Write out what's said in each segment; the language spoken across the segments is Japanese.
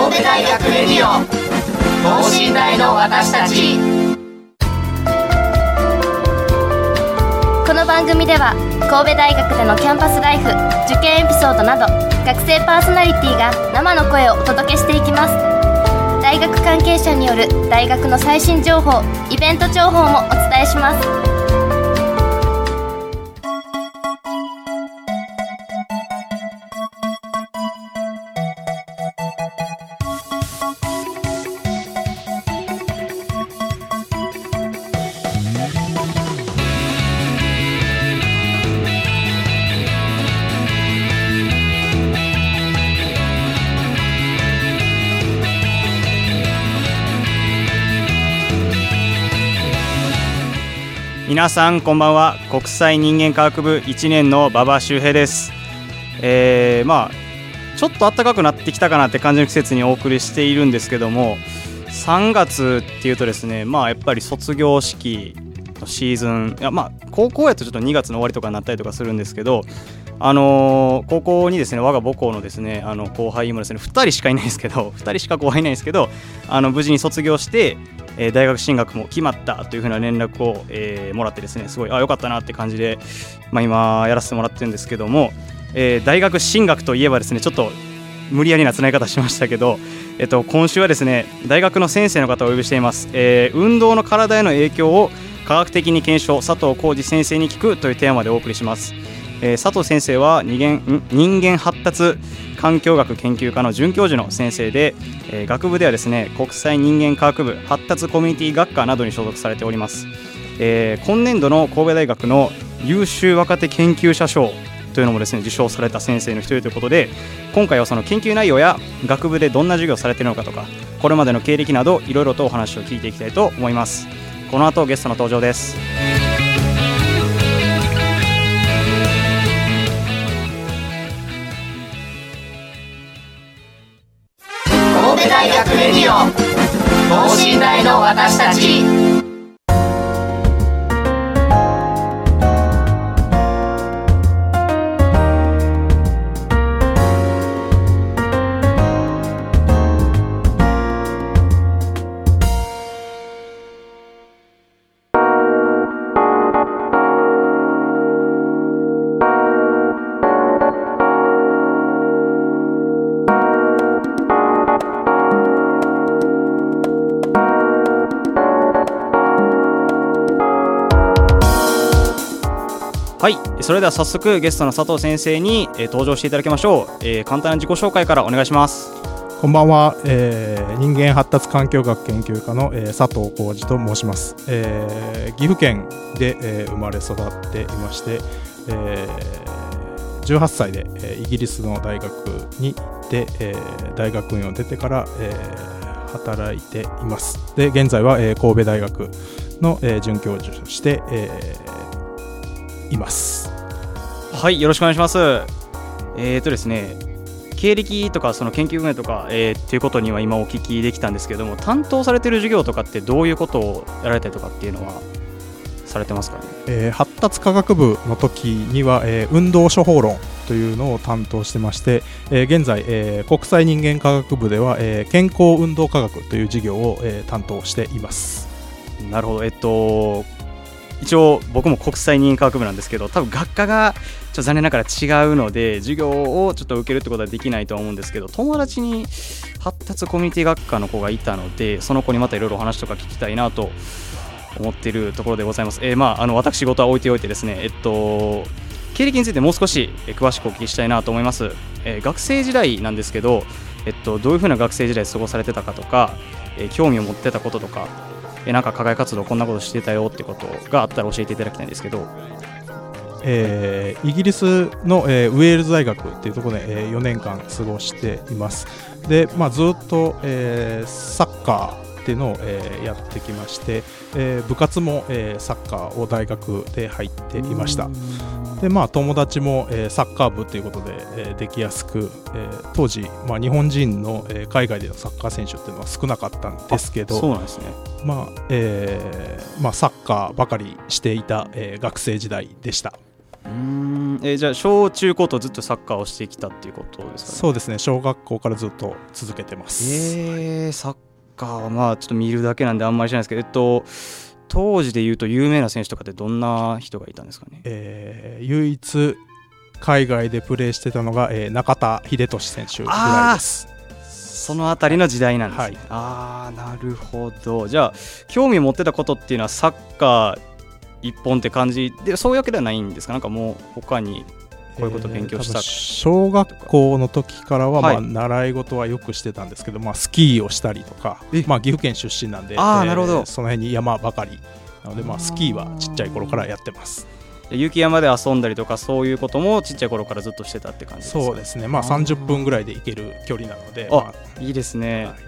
神戸大学レディオ等身大の私たち。 この番組では神戸大学でのキャンパスライフ、受験エピソードなど学生パーソナリティが生の声をお届けしていきます。大学関係者による大学の最新情報、イベント情報もお伝えします。 皆さんこんばんは。国際人間科学部1年の馬場周平です。ちょっと暖かくなってきたかなって感じの季節にお送りしているんですけども、3月っていうとですね、やっぱり卒業式のシーズン、高校やとちょっと2月の終わりとかになったりとかするんですけど、高校にですね、我が母校のですね、後輩もですね、2人しかいないんですけど、2人しか後輩いないんですけど、無事に卒業して大学進学も決まったというふうな連絡を、もらってですね、すごい良かったなって感じで、今やらせてもらってるんですけども、大学進学といえばですね、ちょっと無理やりなつなぎ方しましたけど、今週はですね、大学の先生の方をお呼びしています。運動の体への影響を科学的に検証、佐藤浩二先生に聞くというテーマでお送りします。佐藤先生は人間発達環境学研究科の准教授の先生で、学部ではですね、国際人間科学部発達コミュニティ学科などに所属されております。今年度の神戸大学の優秀若手研究者賞というのもですね、受賞された先生の一人ということで、今回はその研究内容や学部でどんな授業をされているのかとか、これまでの経歴などいろいろとお話を聞いていきたいと思います。この後ゲストの登場です。 神戸大学レディオ等身大の私たち。 はい、それでは早速ゲストの佐藤先生に、登場していただきましょう。簡単な自己紹介からお願いします。 こんばんは、人間発達環境学研究科の、佐藤浩二と申します。岐阜県で、生まれ育っていまして、18歳で、イギリスの大学に行って、大学院を出てから、働いています。で、現在は、神戸大学の、准教授として、います。 はい、よろしくお願いします。ですね、経歴とかその研究分野とか、っていうことには今お聞きできたんですけども、担当されている授業とかってどういうことをやられたりとかっていうのはされてますかね。 発達科学部の時には、運動処方論というのを担当してまして、現在、国際人間科学部では、健康運動科学という授業を、担当しています。 なるほど。一応僕も国際人間科学部なんですけど、多分学科がちょっと残念ながら違うので授業をちょっと受けるってことはできないと思うんですけど、友達に発達コミュニティ学科の子がいたので、その子にまたいろいろお話とか聞きたいなと思っているところでございます。私事は置いておいてですね、経歴についてもう少し詳しくお聞きしたいなと思います。学生時代なんですけど、どういうふうな学生時代過ごされてたかとか、興味を持ってたこととか、なんか課外活動こんなことしてたよってことがあったら教えていただきたいんですけど。 イギリスの、ウェールズ大学っていうところで、4年間過ごしています。で、ずっと、サッカーっていうのを、やってきまして、部活も、サッカーを大学で入っていました。で、友達も、サッカー部ということで、できやすく、当時、日本人の、海外でのサッカー選手っていうのは少なかったんですけど、 そうなんですね。 サッカーばかりしていた、学生時代でした。 じゃあ小中高とずっとサッカーをしてきたっていうことですかね。 そうですね、小学校からずっと続けてます。 サッカーはまあちょっと見るだけなんであんまり知らないですけど、当時でいうと有名な選手とかってどんな人がいたんですかね。 唯一海外でプレーしてたのが、中田英寿選手ぐらいです。 そのあたりの時代なんですね。 はい、 なるほど。じゃあ興味を持ってたことっていうのはサッカー一本って感じで、そういうわけではないんですか。なんかもう他にこういうことを勉強した、 小学校の時からは、習い事はよくしてたんですけど、スキーをしたりとか、岐阜県出身なんで、 なるほど、 その辺に山ばかりなので、スキーはちっちゃい頃からやってます。 雪山で遊んだりとかそういうこともちっちゃい頃からずっとしてたって感じですか。 そうですね、30分ぐらいで行ける距離なので、 いいですね、はい、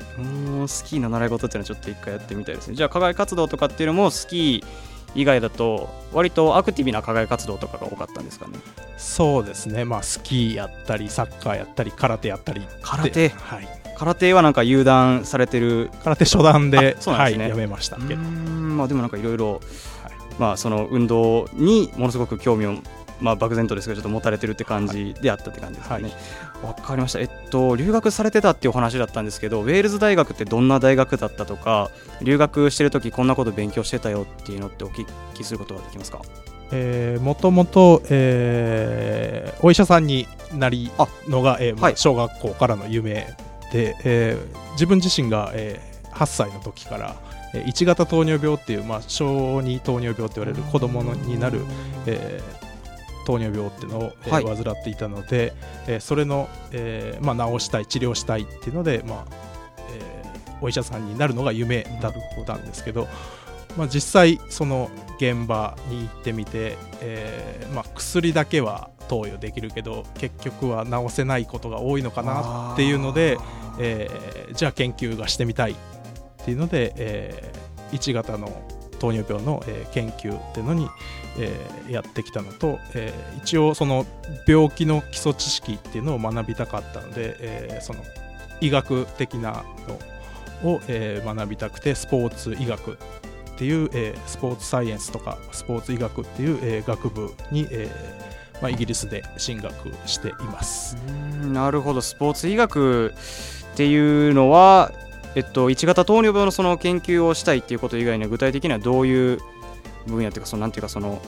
スキーの習い事っていうのはちょっと一回やってみたいですね。じゃあ課外活動とかっていうのもスキー以外だと割とアクティブな課外活動とかが多かったんですかね。 そうですね、スキーやったりサッカーやったり空手やったり。 空手、空手はなんか有段されてる。 空手初段で、 そうなんですね、 やめましたけど。 でもなんかいろいろその運動にものすごく興味を、漠然とですけどちょっと持たれてるって感じであったって感じですかね。わかりました。留学されてたっていうお話だったんですけど、ウェールズ大学ってどんな大学だったとか、留学してる時こんなこと勉強してたよっていうのってお聞きすることができますか。 もともとお医者さんになりのが、小学校からの夢で、自分自身が、8歳の時から1型糖尿病っていう、小児糖尿病って言われる子供になる、糖尿病っていうのを、患っていたので、それの、治したい治療したいっていうので、お医者さんになるのが夢だったんですけど、実際その現場に行ってみて、薬だけは投与できるけど結局は治せないことが多いのかなっていうので、じゃあ研究がしてみたいっていうので、1型の糖尿病の、研究っていうのに、やってきたのと、一応その病気の基礎知識っていうのを学びたかったので、その医学的なのを、学びたくてスポーツ医学っていう、スポーツサイエンスとかスポーツ医学っていう、学部に、イギリスで進学しています。 なるほど。スポーツ医学っていうのは1型糖尿病のその研究をしたいっていうこと以外には具体的にはどういう分野っていうか、なんていうかその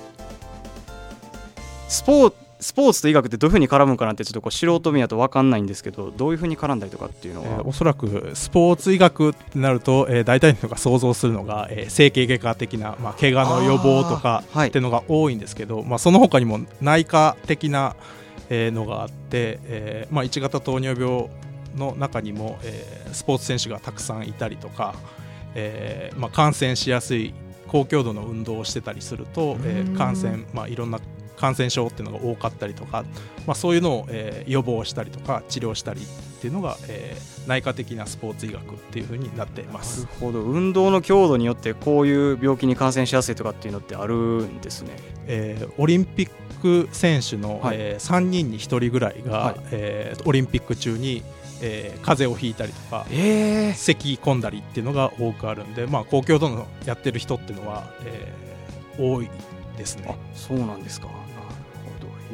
スポーツと医学ってどういうふうに絡むかなってちょっと素人目だと分かんないんですけど、どういうふうに絡んだりとかっていうのは、 おそらくスポーツ医学ってなると、大体の人が想像するのが、整形外科的な、怪我の予防とかっていうのが多いんですけど、その他にも内科的な、のがあって、1型糖尿病の中にも、スポーツ選手がたくさんいたりとか、感染しやすい高強度の運動をしてたりすると、いろんな感染症っていうのが多かったりとか、そういうのを、予防したりとか治療したりっていうのが、内科的なスポーツ医学っていう風になっています。 なるほど。運動の強度によってこういう病気に感染しやすいとかっていうのってあるんですね。 オリンピック選手の、3人に1人ぐらいが、オリンピック中に風邪をひいたりとか、咳込んだりっていうのが多くあるんで、高強度のやってる人っていうのは、多いですね。 そうなんですか。なるほど。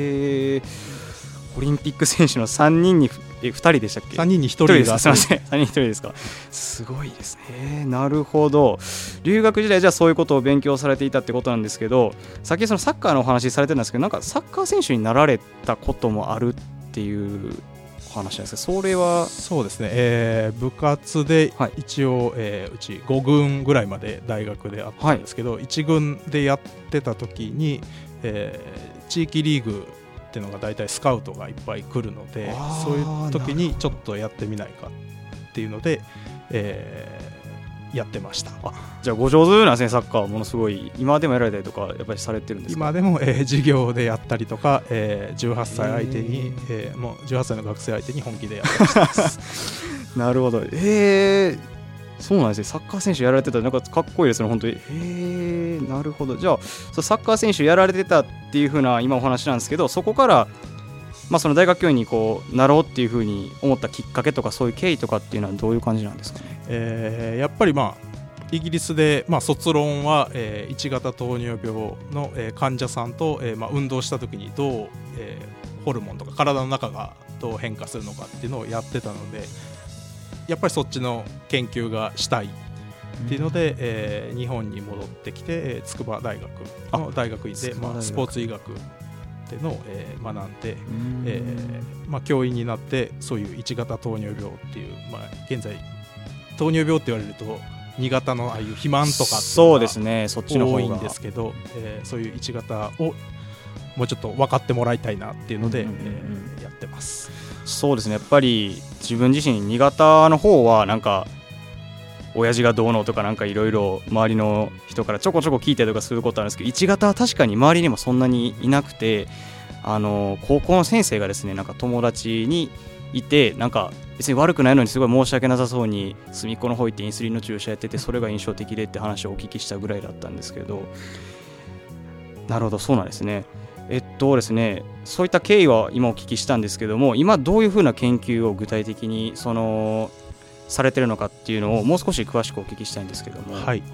オリンピック選手の3人に2人でしたっけ。 3人に1人です。 すみません、3人に1人ですか。すごいですね。なるほど。留学時代じゃあそういうことを勉強されていたってことなんですけど、さっきそのサッカーのお話されてたんですけど、なんかサッカー選手になられたこともあるっていう話なんですけど、それは。 そうですね、部活で一応、うち5軍ぐらいまで大学であったんですけど、1軍でやってた時に、地域リーグっていうのが大体スカウトがいっぱい来るので、そういう時にちょっとやってみないかっていうので、やってました。 じゃあご上手なんですね。サッカーものすごい今でもやられたりとかやっぱりされてるんですか。 今でも、授業でやったりとか、18歳相手に、もう18歳の学生相手に本気でやったりしてますなるほど。そうなんですね。サッカー選手やられてたらなんかかっこいいですね、本当に。なるほど。じゃあサッカー選手やられてたっていう風な今お話なんですけど、そこからその大学教員にこうなろうっていう風に思ったきっかけとかそういう経緯とかっていうのはどういう感じなんですかね。 やっぱりイギリスで、卒論は、1型糖尿病の、患者さんと、運動した時にどう、ホルモンとか体の中がどう変化するのかっていうのをやってたので、やっぱりそっちの研究がしたいっていうので、日本に戻ってきて、筑波大学の大学院で、スポーツ医学っていうのを、学んで、教員になってそういう1型糖尿病っていう、現在糖尿病って言われると2型のああいう肥満とかそうですね、そっちの方が多いんですけど、そういう1型をもうちょっと分かってもらいたいなっていうので、やってます。 そうですね、やっぱり自分自身2型の方はなんか親父がどうのとかなんかいろいろ周りの人からちょこちょこ聞いたりとかすることあるんですけど、1型は確かに周りにもそんなにいなくて、高校の先生がですね、なんか友達にいて、なんか別に悪くないのにすごい申し訳なさそうに隅っこの方行ってインスリンの注射やってて、それが印象的でって話をお聞きしたぐらいだったんですけど、なるほど、そうなんですね。ですね、そういった経緯は今お聞きしたんですけども、今どういうふうな研究を具体的にされてるのかっていうのをもう少し詳しくお聞きしたいんですけども。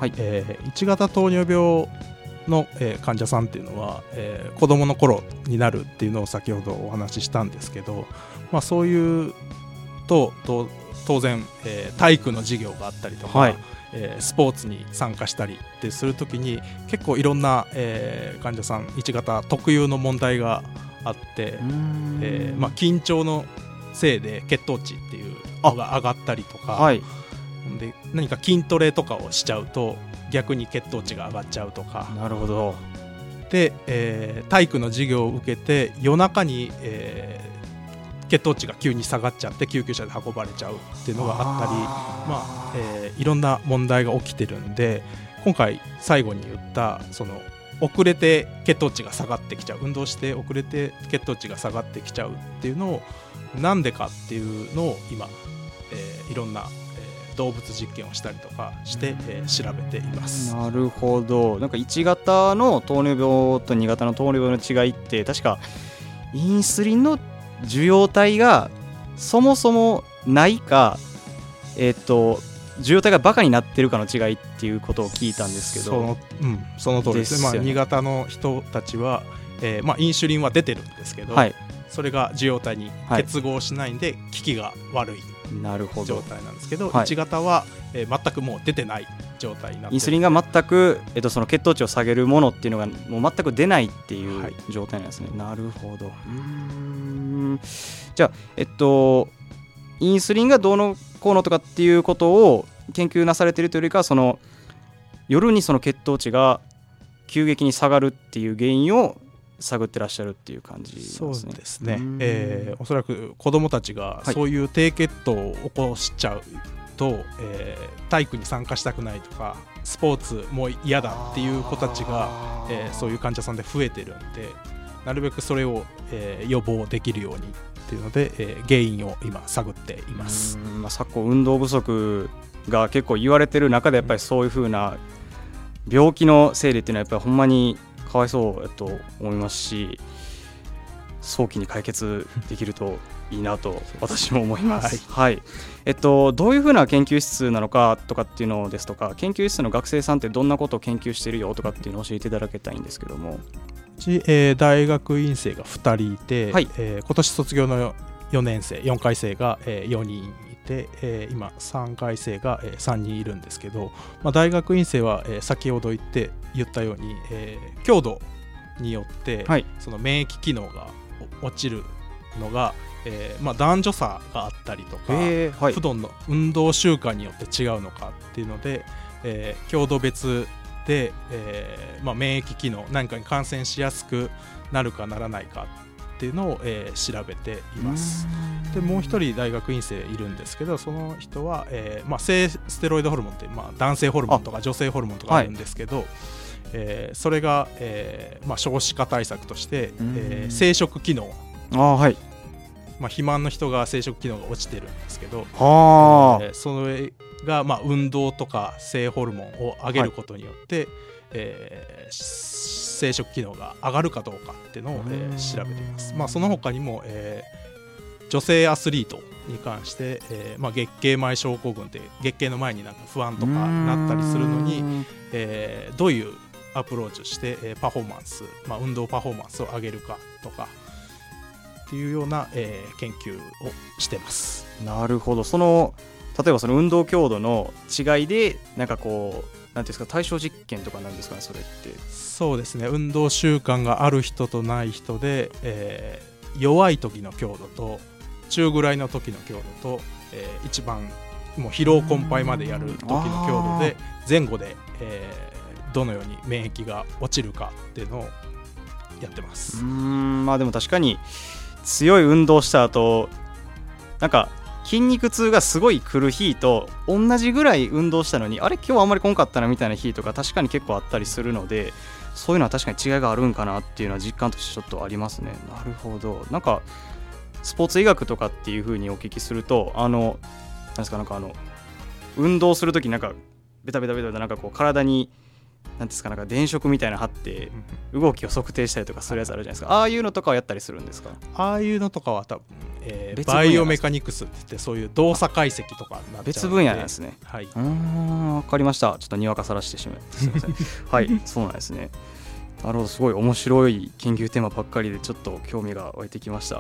1型糖尿病の、患者さんっていうのは、子どもの頃になるっていうのを先ほどお話ししたんですけど、そういうと当然、体育の授業があったりとか、スポーツに参加したりってするときに結構いろんな、患者さん1型特有の問題があって、緊張のせいで血糖値っていうのが上がったりとか、で何か筋トレとかをしちゃうと逆に血糖値が上がっちゃうとか。 なるほど。 で、体育の授業を受けて夜中に、血糖値が急に下がっちゃって救急車で運ばれちゃうっていうのがあったり、いろんな問題が起きてるんで、今回最後に言った遅れて血糖値が下がってきちゃう、運動して遅れて血糖値が下がってきちゃうっていうのをなんでかっていうのを今、いろんな、動物実験をしたりとかして、調べています。 なるほど。なんか1型の糖尿病と2型の糖尿病の違いって確かインスリンの受容体がそもそもないか、受容体がバカになってるかの違いっていうことを聞いたんですけど、 その通りですね。2型の人たちは、インシュリンは出てるんですけど、それが受容体に結合しないんで、効きが悪い状態なんですけど、1型は、全くもう出てない状態になって、 インスリンが全く、その血糖値を下げるものっていうのがもう全く出ないっていう状態なんですね。なるほど。じゃあ、インスリンがどうのこうのとかっていうことを研究なされているというよりかは、夜にその血糖値が急激に下がるっていう原因を探ってらっしゃるっていう感じなんですね。 そうですね。おそらく子どもたちがそういう低血糖を起こしちゃうと、体育に参加したくないとかスポーツも嫌だっていう子たちが、そういう患者さんで増えてるんで、なるべくそれを、予防できるようにっていうので、原因を今探っています。 昨今運動不足が結構言われてる中で、やっぱりそういう風な病気の整理っていうのはやっぱりほんまにかわいそうだと思いますし、早期に解決できるといいなと私も思います。どういうふうな研究室なのかとかっていうのですとか、研究室の学生さんってどんなことを研究してるよとかっていうのを教えていただきたいんですけども。 大学院生が2人いて、今年卒業の4年生4回生が、4人いて、今3回生が、3人いるんですけど、大学院生は、先ほど言ったように、強度によって、その免疫機能が落ちるのが、男女差があったりとか、普段の運動習慣によって違うのかっていうので、強度別で、免疫機能何かに感染しやすくなるかならないかっていうのを、調べています。でもう一人大学院生いるんですけど、その人は、性ステロイドホルモンって、男性ホルモンとか女性ホルモンとかあるんですけど、それが、少子化対策として、生殖機能、肥満の人が生殖機能が落ちてるんですけど、それが、運動とか性ホルモンを上げることによって、生殖機能が上がるかどうかっていうのを、調べています。その他にも、 女性アスリートに関して、月経前症候群って月経の前になんか不安とかなったりするのに、どういうアプローチをして、パフォーマンス、運動パフォーマンスを上げるかとかっていうような、研究をしてます。 なるほど。例えばその運動強度の違いでなんかこうなんていうんですか、対象実験とかなんですかね、それって。 そうですね、運動習慣がある人とない人で、弱い時の強度と中ぐらいの時の強度と、一番もう疲労困憊までやる時の強度で前後で、どのように免疫が落ちるかっていうのをやってます。 でも確かに強い運動した後なんか筋肉痛がすごい来る日と同じぐらい運動したのにあれ今日あんまり来んかったなみたいな日とか確かに結構あったりするので、そういうのは確かに違いがあるんかなっていうのは実感としてちょっとありますね。なるほど。なんかスポーツ医学とかっていう風にお聞きするとなんですか、運動するときなんかベタベタなんかこう体になんですか、なんか電飾みたいなの貼って動きを測定したりとかするやつあるじゃないですか。ああいうのとかはやったりするんですか？ ああいうのとかは多分、バイオメカニクスって言ってそういう動作解析とかになっちゃうので別分野なんですね。 はい。 わかりました。ちょっとにわかさらしてしまいすいませんはいそうなんですね。なるほど、すごい面白い研究テーマばっかりでちょっと興味が湧いてきました。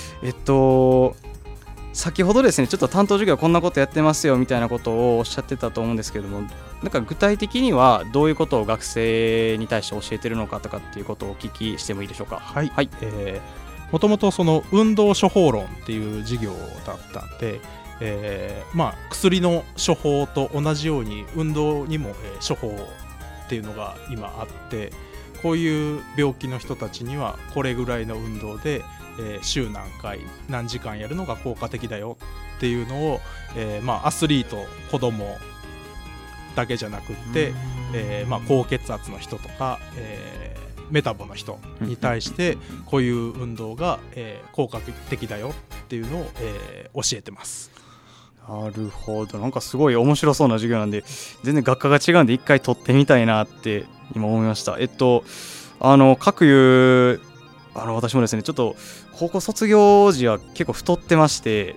先ほどですね、ちょっと担当授業はこんなことやってますよみたいなことをおっしゃってたと思うんですけども、なんか具体的にはどういうことを学生に対して教えてるのかとかっていうことをお聞きしてもいいでしょうか？ はい、はい。もともとその運動処方論っていう授業だったんで、薬の処方と同じように運動にも、処方っていうのが今あって、こういう病気の人たちにはこれぐらいの運動で週何回何時間やるのが効果的だよっていうのを、アスリート、子供だけじゃなくって、高血圧の人とか、メタボの人に対してこういう運動が、効果的だよっていうのを、教えてます。 なるほど。なんかすごい面白そうな授業なんで全然学科が違うんで一回取ってみたいなって今思いました。各有私もですね、ちょっと高校卒業時は結構太ってまして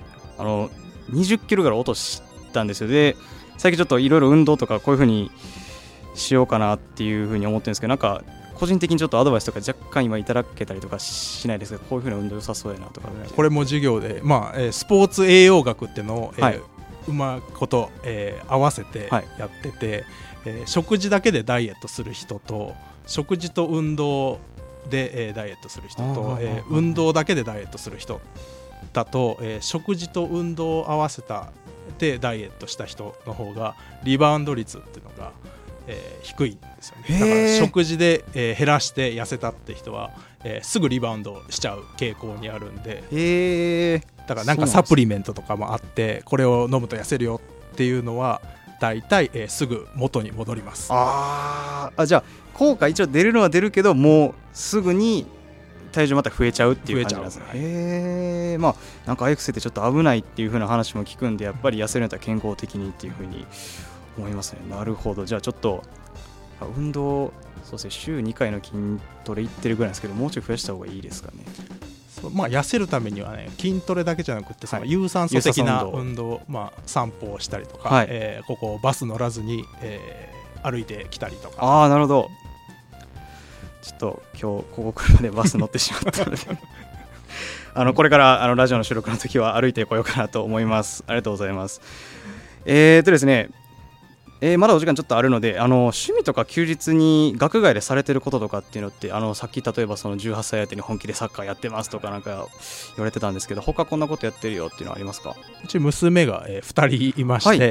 20キロぐらい落としたんですよ。で最近ちょっといろいろ運動とかこういう風にしようかなっていう風に思ってるんですけど、なんか個人的にちょっとアドバイスとか若干今いただけたりとかしないですけど、こういう風な運動良さそうやなとか、 これも授業で、スポーツ栄養学っていうのを、うまくこと、合わせてやってて、食事だけでダイエットする人と食事と運動で、ダイエットする人と、運動だけでダイエットする人だと、食事と運動を合わせたでダイエットした人の方がリバウンド率っていうのが、低いんですよね。だから食事で、減らして痩せたって人は、すぐリバウンドしちゃう傾向にあるんで、だからなんかサプリメントとかもあってこれを飲むと痩せるよっていうのはだいたいすぐ元に戻ります。 じゃあ効果一応出るのは出るけどもうすぐに体重また増えちゃうっていう感じなんですね。なんかああいう癖ってちょっと危ないっていう風な話も聞くんで、やっぱり痩せるんだったら健康的にっていう風に思いますね。なるほど。じゃあちょっと運動そうですね、週2回の筋トレ行ってるぐらいなんですけど、もうちょい増やした方がいいですかね。 痩せるためにはね、筋トレだけじゃなくてその有酸素的な運動、散歩をしたりとか、ここバス乗らずに、歩いてきたりとか。 なるほど。ちょっと今日ここ車でバス乗ってしまったのでこれからラジオの収録の時は歩いてこようかなと思います。ありがとうございます。ですね、まだお時間ちょっとあるので、趣味とか休日に学外でされてることとかっていうのって、さっき例えばその18歳相手に本気でサッカーやってますとかなんか言われてたんですけど、他こんなことやってるよっていうのはありますか？ うち娘が、2人いまして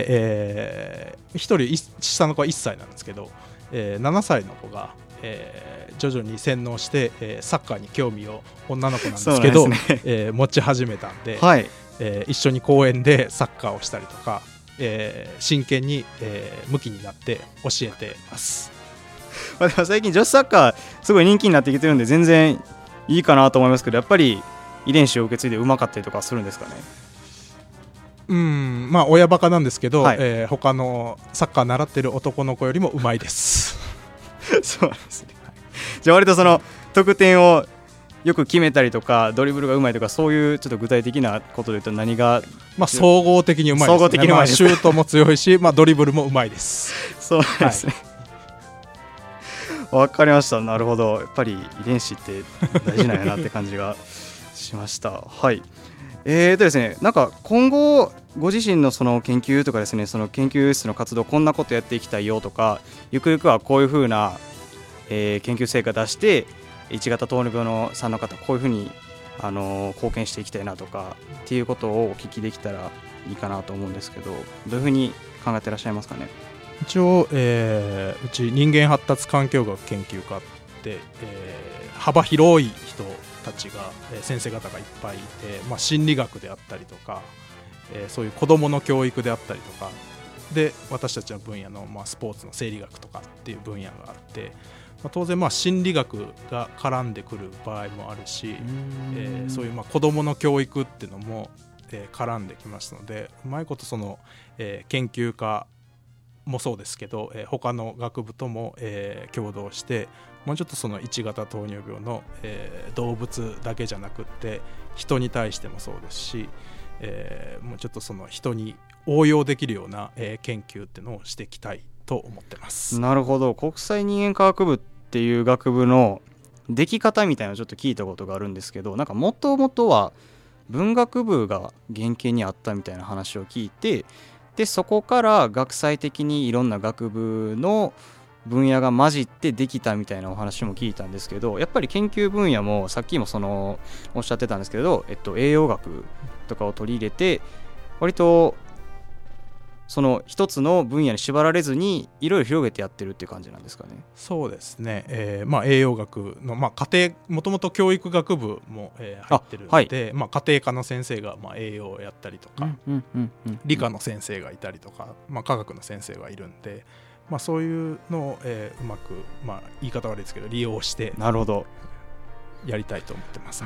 、1人下の子は1歳なんですけど、7歳の子が、徐々に洗脳して、サッカーに興味を女の子なんですけど持ち始めたんで、一緒に公園でサッカーをしたりとか、真剣に、向きになって教えてます。 でも最近女子サッカーすごい人気になってきてるんで全然いいかなと思いますけど、やっぱり遺伝子を受け継いでうまかったりとかするんですかね？ 親バカなんですけど、他のサッカー習ってる男の子よりもうまいですそうなんですね。じゃあ割とその得点をよく決めたりとかドリブルがうまいとか、そういうちょっと具体的なことで言うと何が、 総合的にうまいですね。 総合的にうまいです、 シュートも強いし、ドリブルもうまいです。 そうですね、わかりました。なるほど。やっぱり遺伝子って大事なんやなって感じがしましたはいですね、なんか今後ご自身のその研究とかですね、その研究室の活動こんなことやっていきたいよとか、ゆくゆくはこういう風な、研究成果出して1型糖尿病のさんの方こういう風に貢献していきたいなとかっていうことをお聞きできたらいいかなと思うんですけど、どういう風に考えてらっしゃいますかね。 一応、うち人間発達環境学研究科って、幅広い人たちが、先生方がいっぱいいて、心理学であったりとか、そういう子どもの教育であったりとかで、私たちの分野の、スポーツの生理学とかっていう分野があって、当然心理学が絡んでくる場合もあるし、そういう子どもの教育っていうのも、絡んできますので、うまいことその、研究家もそうですけど、他の学部とも、共同してもうちょっとその1型糖尿病の、動物だけじゃなくって人に対してもそうですし、もうちょっとその人に応用できるような、研究っていうのをしていきたいと思ってます。 なるほど。国際人間科学部っていう学部のでき方みたいなのをちょっと聞いたことがあるんですけど、なんかもともとは文学部が原型にあったみたいな話を聞いて、でそこから学際的にいろんな学部の分野が混じってできたみたいなお話も聞いたんですけど、やっぱり研究分野もさっきもおっしゃってたんですけど、栄養学とかを取り入れて割とその一つの分野に縛られずにいろいろ広げてやってるっていう感じなんですかね。 そうですね、栄養学の、家庭もともと教育学部も、入ってるので、家庭科の先生が、栄養をやったりとか、理科の先生がいたりとか、科学の先生がいるんで、そういうのを、うまく、言い方悪いですけど利用してなるほどやりたいと思ってます。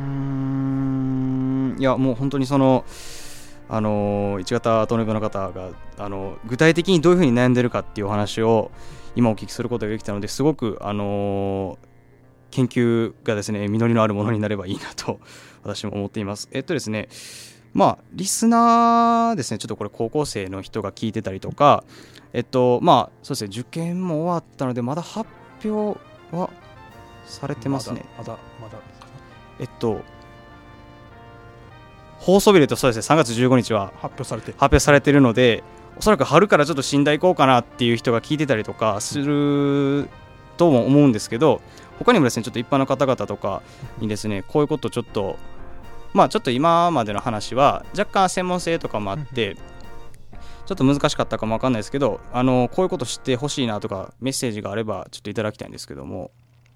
いやもう本当にその1型糖尿病の方が具体的にどういうふうに悩んでるかっていうお話を今お聞きすることができたので、すごく研究がですね実りのあるものになればいいなと私も思っています。ですね、リスナーですね、ちょっとこれ高校生の人が聞いてたりとか、そうですね、受験も終わったのでまだ発表はされてますね。 まだかな。 放送日でとそうですね、3月15日は発表されているので、おそらく春からちょっと寝台行こうかなっていう人が聞いてたりとかするとも思うんですけど、他にもですねちょっと一般の方々とかにですねこういうことちょっとちょっと今までの話は若干専門性とかもあってちょっと難しかったかも分かんないですけど、こういうこと知ってほしいなとかメッセージがあればちょっといただきたいんですけども。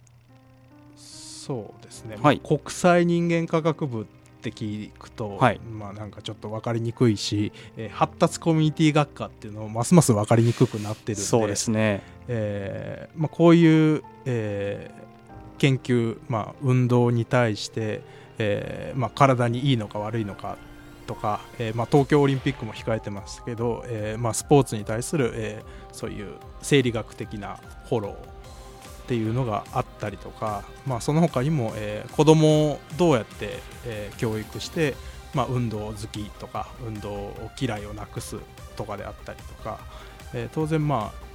そうですね、 はい、 国際人間科学部って聞くと、なんかちょっと分かりにくいし、発達コミュニティ学科っていうのもますます分かりにくくなってるんで、 そうですね、 こういう、研究、運動に対して、体にいいのか悪いのかとか、東京オリンピックも控えてますけど、スポーツに対する、そういう生理学的なフォローっていうのがあったりとか、その他にも、子どもをどうやって、教育して、運動好きとか運動嫌いをなくすとかであったりとか、当然、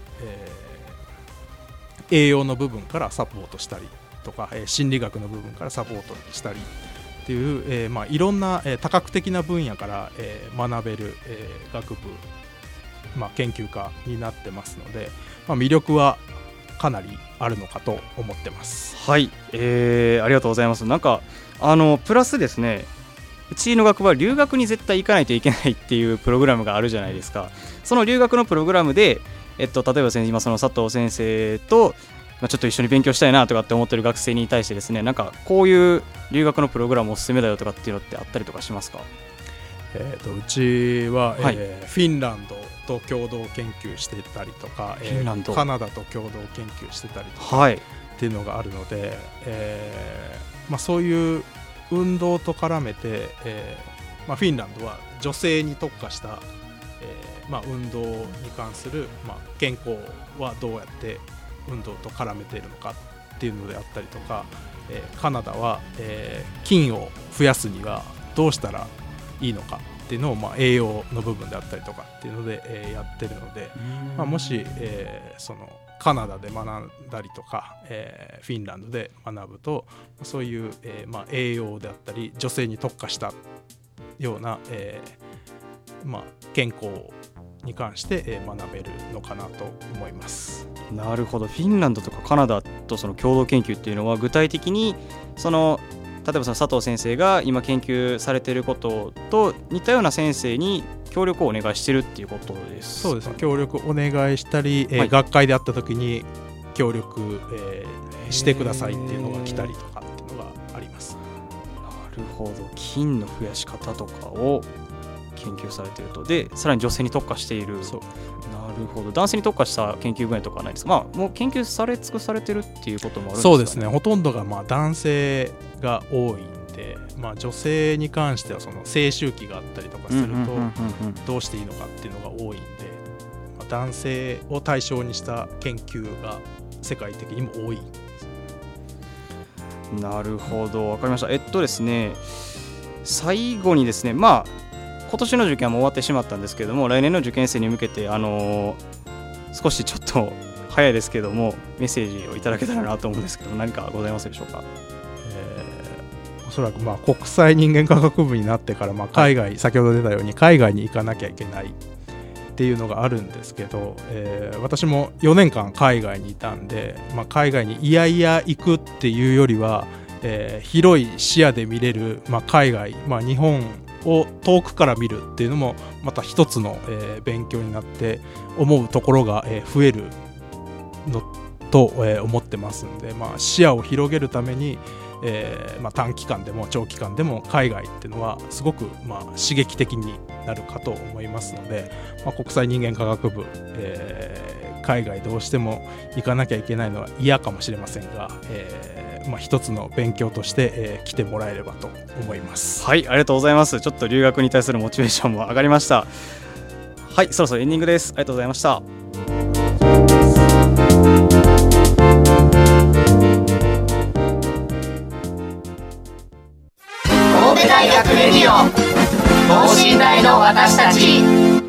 栄養の部分からサポートしたりとか、心理学の部分からサポートしたりっていう、いろんな、多角的な分野から、学べる、学部、研究家になってますので、魅力はかなりあるのかと思ってます。 はい、ありがとうございます。なんかプラスですね、うちの学部は留学に絶対行かないといけないっていうプログラムがあるじゃないですか。その留学のプログラムで、例えば今その佐藤先生と、ちょっと一緒に勉強したいなとかって思ってる学生に対してですね、なんかこういう留学のプログラムおすすめだよとかっていうのってあったりとかしますか？ うちは、フィンランドと共同研究してたりとか、カナダと共同研究してたりとか、っていうのがあるので、そういう運動と絡めて、フィンランドは女性に特化した、運動に関する、健康はどうやって運動と絡めているのかっっていうのであったりとか、カナダは、菌を増やすにはどうしたらいいのかっていうのを、栄養の部分であったりとかっていうので、やってるので、もし、そのカナダで学んだりとか、フィンランドで学ぶとそういう、栄養であったり女性に特化したような、健康に関して、学べるのかなと思います。 なるほど。フィンランドとかカナダとその共同研究っていうのは具体的にその例えばその佐藤先生が今研究されていることと似たような先生に協力をお願いしてるっていうことですか？ そうですね、協力お願いしたり、学会で会った時に協力、してくださいっていうのが来たりとかっていうのがあります。 なるほど。菌の増やし方とかを研究されていると。でさらに女性に特化している。そう、なるほど。男性に特化した研究分野とかはないですか？もう研究され尽くされてるっていうこともあるんですか？ そうですね、ほとんどが男性が多いんで、女性に関してはその性周期があったりとかするとどうしていいのかっていうのが多いんで、男性を対象にした研究が世界的にも多い。 なるほど、わかりました。ですね、最後にですね、今年の受験はもう終わってしまったんですけれども、来年の受験生に向けて少しちょっと早いですけどもメッセージをいただけたらなと思うんですけど、何かございますでしょうか？ おそらく国際人間科学部になってから海外、先ほど出たように海外に行かなきゃいけないっていうのがあるんですけど、私も4年間海外にいたんで、海外にいやいや行くっていうよりは、広い視野で見れる、海外、日本を遠くから見るっていうのもまた一つの、勉強になって思うところが、増えるのと、思ってますんで、視野を広げるために短期間でも長期間でも海外っていうのはすごく刺激的になるかと思いますので、国際人間科学部、海外どうしても行かなきゃいけないのは嫌かもしれませんが、一つの勉強として、来てもらえればと思います。 はい、ありがとうございます。ちょっと留学に対するモチベーションも上がりました。はい、そろそろエンディングです。ありがとうございました。 神戸大学レディオ等身大の私たち。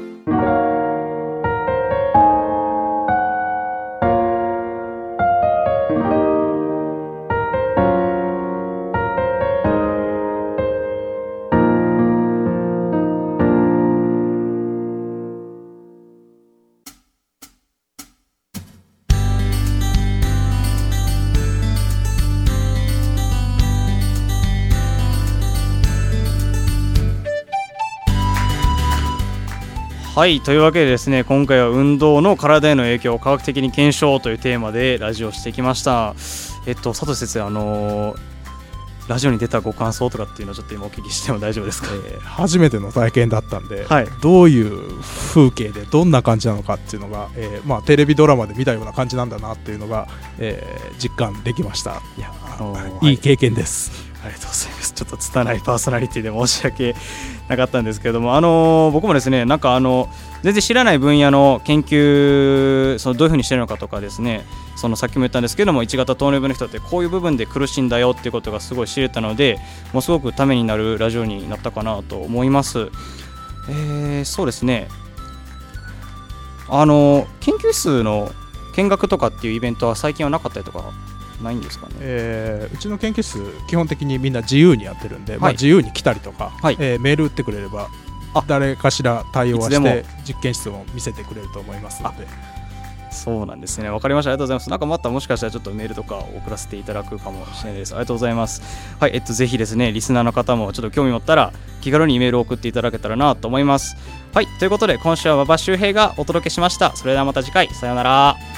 はい、というわけでですね、今回は運動の体への影響を科学的に検証というテーマでラジオしてきました。佐藤先生、ラジオに出たご感想とかっていうのをちょっと今お聞きしても大丈夫ですか？ 初めての体験だったんで、 はい、 どういう風景でどんな感じなのかっていうのが、テレビドラマで見たような感じなんだなっていうのが、実感できました。いい経験です。 ありがとうございます。ちょっと拙いパーソナリティで申し訳なかったんですけれども、僕もですね、全然知らない分野の研究、どういうふうにしてるのかとかですね、さっきも言ったんですけども、1型糖尿病の人ってこういう部分で苦しいんだよっていうことがすごい知れたので、もうすごくためになるラジオになったかなと思います。そうですね、研究室の見学とかっていうイベントは最近はなかったりとかないんですかね？ うちの研究室基本的にみんな自由にやってるんで、自由に来たりとか、メール打ってくれれば誰かしら対応はして実験室を見せてくれると思いますので。 そうなんですね。わかりました。ありがとうございます。またもしかしたらちょっとメールとか送らせていただくかもしれないです。ありがとうございます。はい、ぜひですね、リスナーの方もちょっと興味持ったら気軽にメールを送っていただけたらなと思います。はい、ということで今週は馬場周平がお届けしました。それではまた次回、さようなら。